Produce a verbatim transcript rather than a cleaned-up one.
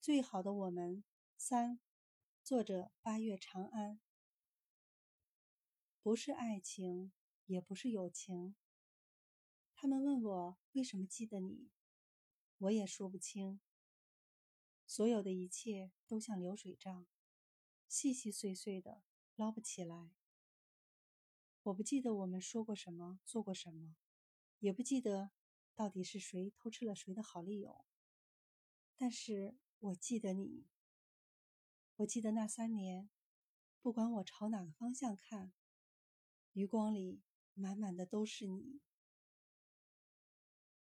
最好的我们三，作者八月长安。不是爱情，也不是友情。他们问我为什么记得你，我也说不清。所有的一切都像流水账，细细碎碎的，捞不起来。我不记得我们说过什么，做过什么，也不记得到底是谁偷吃了谁的好利友。但是我记得你，我记得那三年，不管我朝哪个方向看，余光里满满的都是你。